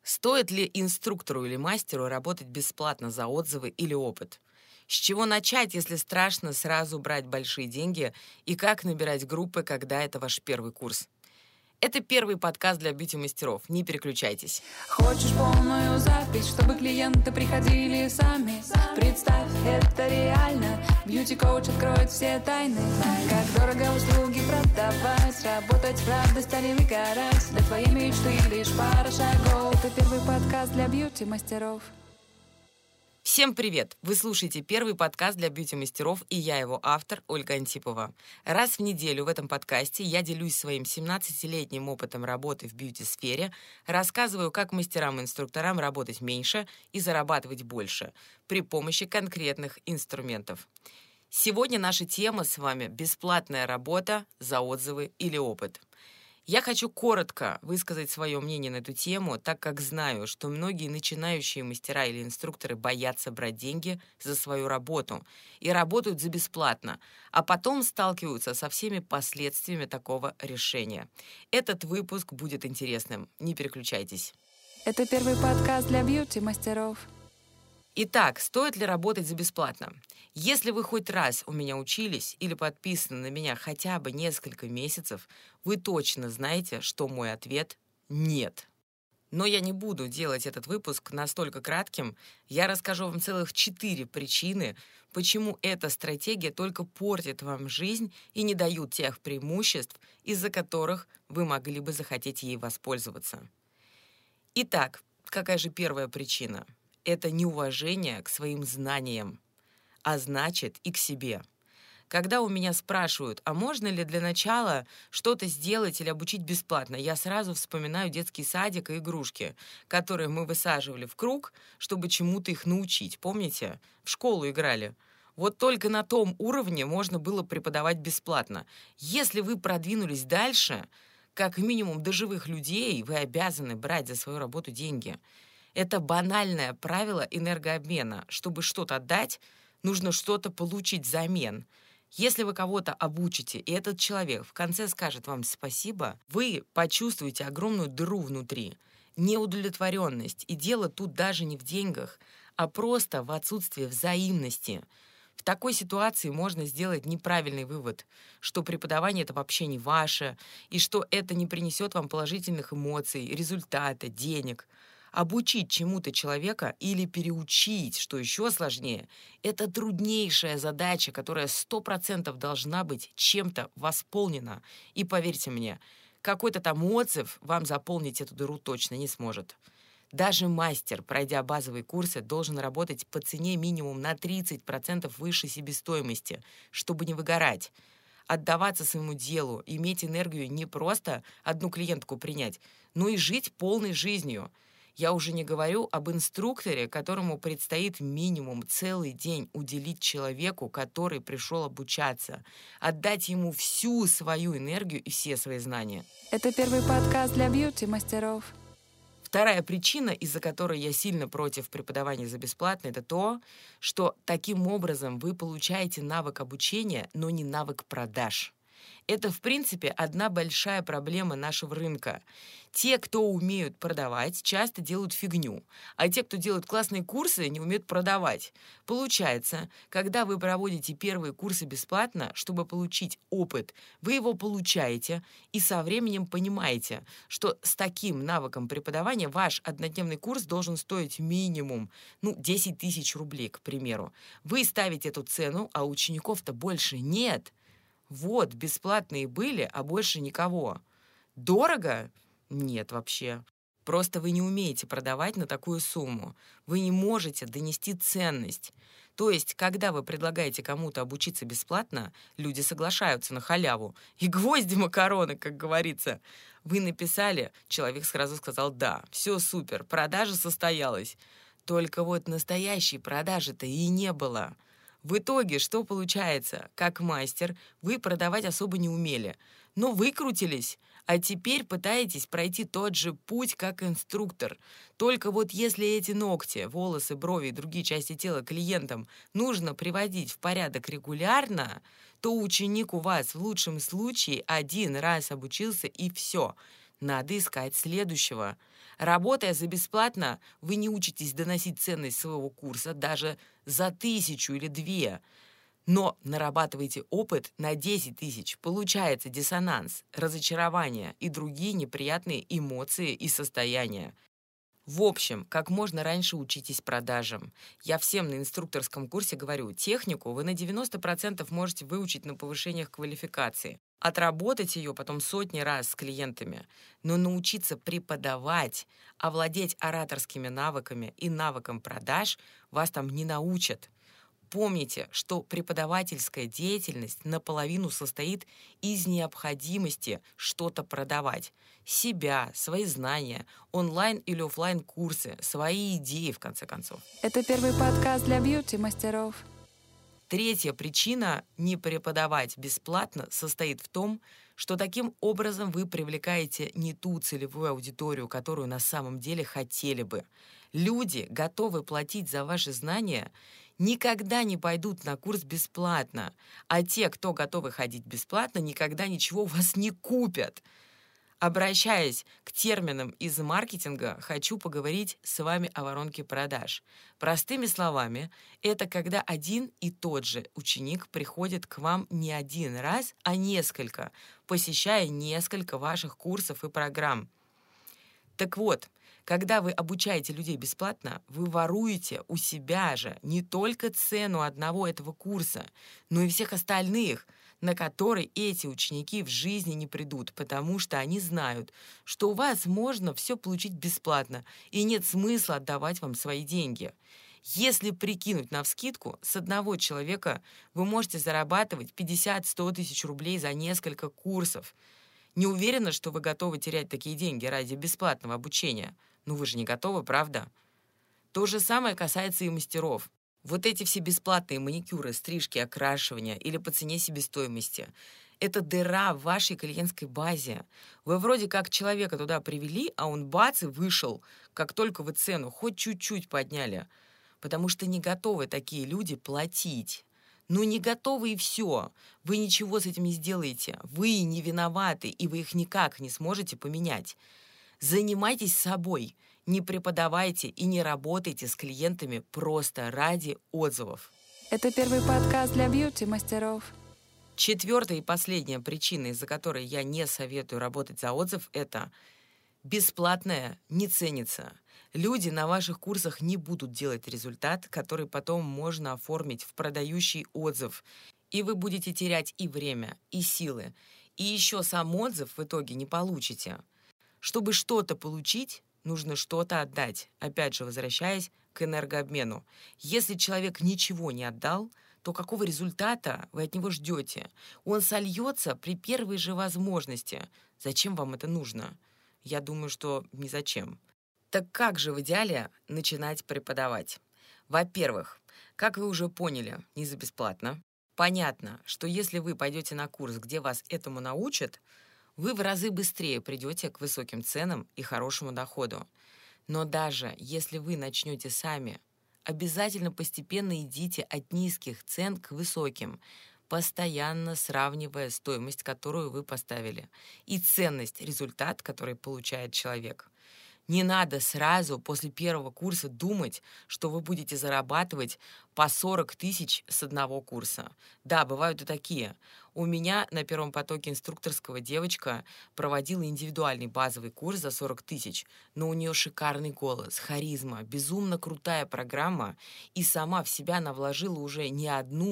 Стоит ли инструктору или мастеру работать бесплатно за отзывы или опыт? С чего начать, если страшно сразу брать большие деньги? И как набирать группы, когда это ваш первый курс? Это первый подкаст для бьюти-мастеров. Не переключайтесь. Хочешь полную запись, чтобы клиенты приходили сами? Представь, это реально. Бьюти-коуч откроет все тайны. Как дорого услуги продавать, работать в радость, а не выгорать. До твоей мечты лишь пара шагов. Это первый подкаст для бьюти-мастеров. Всем привет! Вы слушаете первый подкаст для бьюти-мастеров, и я его автор, Ольга Антипова. Раз в неделю в этом подкасте я делюсь своим 17-летним опытом работы в бьюти-сфере, рассказываю, как мастерам и инструкторам работать меньше и зарабатывать больше при помощи конкретных инструментов. Сегодня наша тема с вами – бесплатная работа за отзывы или опыт. Я хочу коротко высказать свое мнение на эту тему, так как знаю, что многие начинающие мастера или инструкторы боятся брать деньги за свою работу и работают за бесплатно, а потом сталкиваются со всеми последствиями такого решения. Этот выпуск будет интересным, не переключайтесь. Это первый подкаст для бьюти-мастеров. Итак, стоит ли работать за бесплатно? Если вы хоть раз у меня учились или подписаны на меня хотя бы несколько месяцев, вы точно знаете, что мой ответ – нет. Но я не буду делать этот выпуск настолько кратким. Я расскажу вам целых 4 причины, почему эта стратегия только портит вам жизнь и не дает тех преимуществ, из-за которых вы могли бы захотеть ей воспользоваться. Итак, какая же первая причина? Это неуважение к своим знаниям, а значит и к себе. Когда у меня спрашивают, а можно ли для начала что-то сделать или обучить бесплатно, я сразу вспоминаю детский садик и игрушки, которые мы высаживали в круг, чтобы чему-то их научить. Помните? В школу играли. Вот только на том уровне можно было преподавать бесплатно. Если вы продвинулись дальше, как минимум до живых людей, вы обязаны брать за свою работу деньги. Это банальное правило энергообмена. Чтобы что-то отдать, нужно что-то получить взамен. Если вы кого-то обучите, и этот человек в конце скажет вам спасибо, вы почувствуете огромную дыру внутри, неудовлетворенность. И дело тут даже не в деньгах, а просто в отсутствии взаимности. В такой ситуации можно сделать неправильный вывод, что преподавание — это вообще не ваше, и что это не принесет вам положительных эмоций, результата, денег. Обучить чему-то человека или переучить, что еще сложнее, это труднейшая задача, которая 100% должна быть чем-то восполнена. И поверьте мне, какой-то там отзыв вам заполнить эту дыру точно не сможет. Даже мастер, пройдя базовые курсы, должен работать по цене минимум на 30% выше себестоимости, чтобы не выгорать. Отдаваться своему делу, иметь энергию не просто одну клиентку принять, но и жить полной жизнью. Я уже не говорю об инструкторе, которому предстоит минимум целый день уделить человеку, который пришел обучаться, отдать ему всю свою энергию и все свои знания. Это первый подкаст для бьюти-мастеров. Вторая причина, из-за которой я сильно против преподавания за бесплатно, это то, что таким образом вы получаете навык обучения, но не навык продаж. Это, в принципе, одна большая проблема нашего рынка. Те, кто умеют продавать, часто делают фигню, а те, кто делают классные курсы, не умеют продавать. Получается, когда вы проводите первые курсы бесплатно, чтобы получить опыт, вы его получаете и со временем понимаете, что с таким навыком преподавания ваш однодневный курс должен стоить минимум 10 тысяч рублей, к примеру. Вы ставите эту цену, а учеников-то больше нет. Вот, бесплатные были, а больше никого. Дорого? Нет вообще. Просто вы не умеете продавать на такую сумму. Вы не можете донести ценность. То есть, когда вы предлагаете кому-то обучиться бесплатно, люди соглашаются на халяву. И гвозди макароны, как говорится. Вы написали, человек сразу сказал «да». Все супер, продажа состоялась. Только вот настоящей продажи-то и не было. В итоге, что получается? Как мастер, вы продавать особо не умели, но выкрутились, а теперь пытаетесь пройти тот же путь, как инструктор. Только вот если эти ногти, волосы, брови и другие части тела клиентам нужно приводить в порядок регулярно, то ученик у вас в лучшем случае один раз обучился и все. надо искать следующего. Работая за бесплатно, вы не учитесь доносить ценность своего курса даже за 1000 или 2, но нарабатываете опыт на 10 000. Получается диссонанс, разочарование и другие неприятные эмоции и состояния. В общем, как можно раньше учитесь продажам. Я всем на инструкторском курсе говорю, технику вы на 90% можете выучить на повышениях квалификации, отработать ее потом сотни раз с клиентами, но научиться преподавать, овладеть ораторскими навыками и навыкам продаж вас там не научат. Помните, что преподавательская деятельность наполовину состоит из необходимости что-то продавать. Себя, свои знания, онлайн или офлайн курсы, свои идеи, в конце концов. Это первый подкаст для бьюти-мастеров. Третья причина не преподавать бесплатно состоит в том, что таким образом вы привлекаете не ту целевую аудиторию, которую на самом деле хотели бы. Люди, готовы платить за ваши знания, никогда не пойдут на курс бесплатно, а те, кто готовы ходить бесплатно, никогда ничего у вас не купят. Обращаясь к терминам из маркетинга, хочу поговорить с вами о воронке продаж. Простыми словами, это когда один и тот же ученик приходит к вам не один раз, а несколько, посещая несколько ваших курсов и программ. Так вот, когда вы обучаете людей бесплатно, вы воруете у себя же не только цену одного этого курса, но и всех остальных, на который эти ученики в жизни не придут, потому что они знают, что у вас можно все получить бесплатно, и нет смысла отдавать вам свои деньги. Если прикинуть навскидку, с одного человека вы можете зарабатывать 50-100 тысяч рублей за несколько курсов. Не уверена, что вы готовы терять такие деньги ради бесплатного обучения. Ну вы же не готовы, правда? То же самое касается и мастеров. Вот эти все бесплатные маникюры, стрижки, окрашивания или по цене себестоимости – это дыра в вашей клиентской базе. Вы вроде как человека туда привели, а он бац и вышел, как только вы цену хоть чуть-чуть подняли. Потому что не готовы такие люди платить. Ну не готовы и все. Вы ничего с этим не сделаете. Вы не виноваты, и вы их никак не сможете поменять. Занимайтесь собой. Не преподавайте и не работайте с клиентами просто ради отзывов. Это первый подкаст для бьюти-мастеров. Четвертая и последняя причина, из-за которой я не советую работать за отзыв, это бесплатное не ценится. Люди на ваших курсах не будут делать результат, который потом можно оформить в продающий отзыв. И вы будете терять и время, и силы. И еще сам отзыв в итоге не получите. Чтобы что-то получить, нужно что-то отдать. Опять же, возвращаясь к энергообмену. Если человек ничего не отдал, то какого результата вы от него ждете? Он сольется при первой же возможности. Зачем вам это нужно? Я думаю, что ни зачем. Так как же в идеале начинать преподавать? Во-первых, как вы уже поняли, не за бесплатно. Понятно, что если вы пойдете на курс, где вас этому научат, вы в разы быстрее придете к высоким ценам и хорошему доходу. Но даже если вы начнете сами, обязательно постепенно идите от низких цен к высоким, постоянно сравнивая стоимость, которую вы поставили, и ценность, результат, который получает человек. Не надо сразу после первого курса думать, что вы будете зарабатывать по 40 тысяч с одного курса. Да, бывают и такие. У меня на первом потоке инструкторского девочка проводила индивидуальный базовый курс за 40 тысяч, но у нее шикарный голос, харизма, безумно крутая программа, и сама в себя она вложила уже не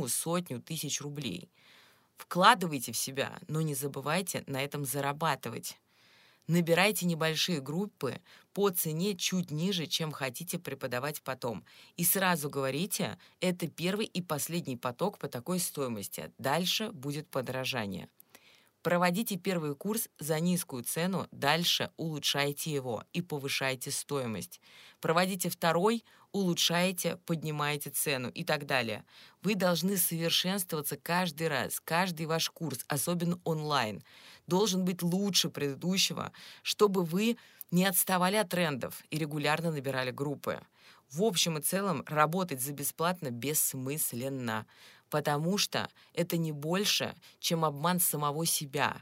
100 тысяч рублей. Вкладывайте в себя, но не забывайте на этом зарабатывать. Набирайте небольшие группы по цене чуть ниже, чем хотите преподавать потом. И сразу говорите, это первый и последний поток по такой стоимости. Дальше будет подорожание. Проводите первый курс за низкую цену, дальше улучшайте его и повышайте стоимость. Проводите второй, улучшаете, поднимаете цену и так далее. Вы должны совершенствоваться каждый раз, каждый ваш курс, особенно онлайн, должен быть лучше предыдущего, чтобы вы не отставали от трендов и регулярно набирали группы. В общем и целом, работать за бесплатно бессмысленно, потому что это не больше, чем обман самого себя.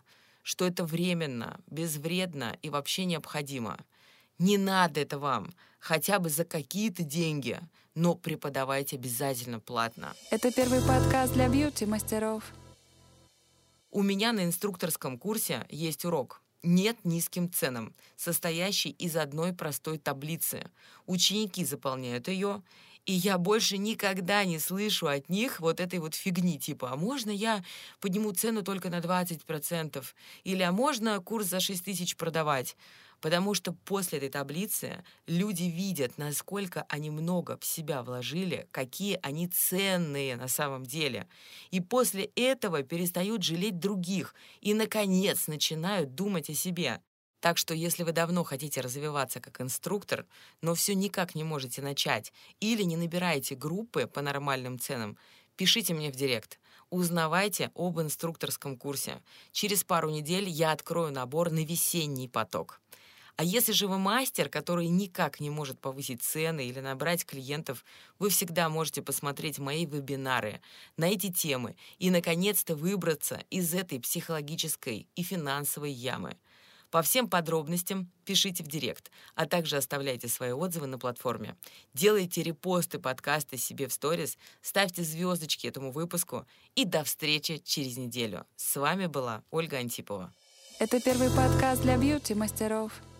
что это временно, безвредно и вообще необходимо. Не надо это вам, хотя бы за какие-то деньги, но преподавайте обязательно платно. Это первый подкаст для бьюти-мастеров. У меня на инструкторском курсе есть урок «Нет низким ценам», состоящий из одной простой таблицы. Ученики заполняют ее, и я больше никогда не слышу от них вот этой вот фигни, типа «А можно я подниму цену только на 20%?» Или «А можно курс за 6 тысяч продавать?» Потому что после этой таблицы люди видят, насколько они много в себя вложили, какие они ценные на самом деле. И после этого перестают жалеть других и, наконец, начинают думать о себе. Так что если вы давно хотите развиваться как инструктор, но все никак не можете начать или не набираете группы по нормальным ценам, пишите мне в директ. Узнавайте об инструкторском курсе. Через пару недель я открою набор на весенний поток. А если же вы мастер, который никак не может повысить цены или набрать клиентов, вы всегда можете посмотреть мои вебинары на эти темы и, наконец-то, выбраться из этой психологической и финансовой ямы. По всем подробностям пишите в директ, а также оставляйте свои отзывы на платформе. Делайте репосты подкаста себе в сторис, ставьте звездочки этому выпуску и до встречи через неделю. С вами была Ольга Антипова. Это первый подкаст для бьюти-мастеров.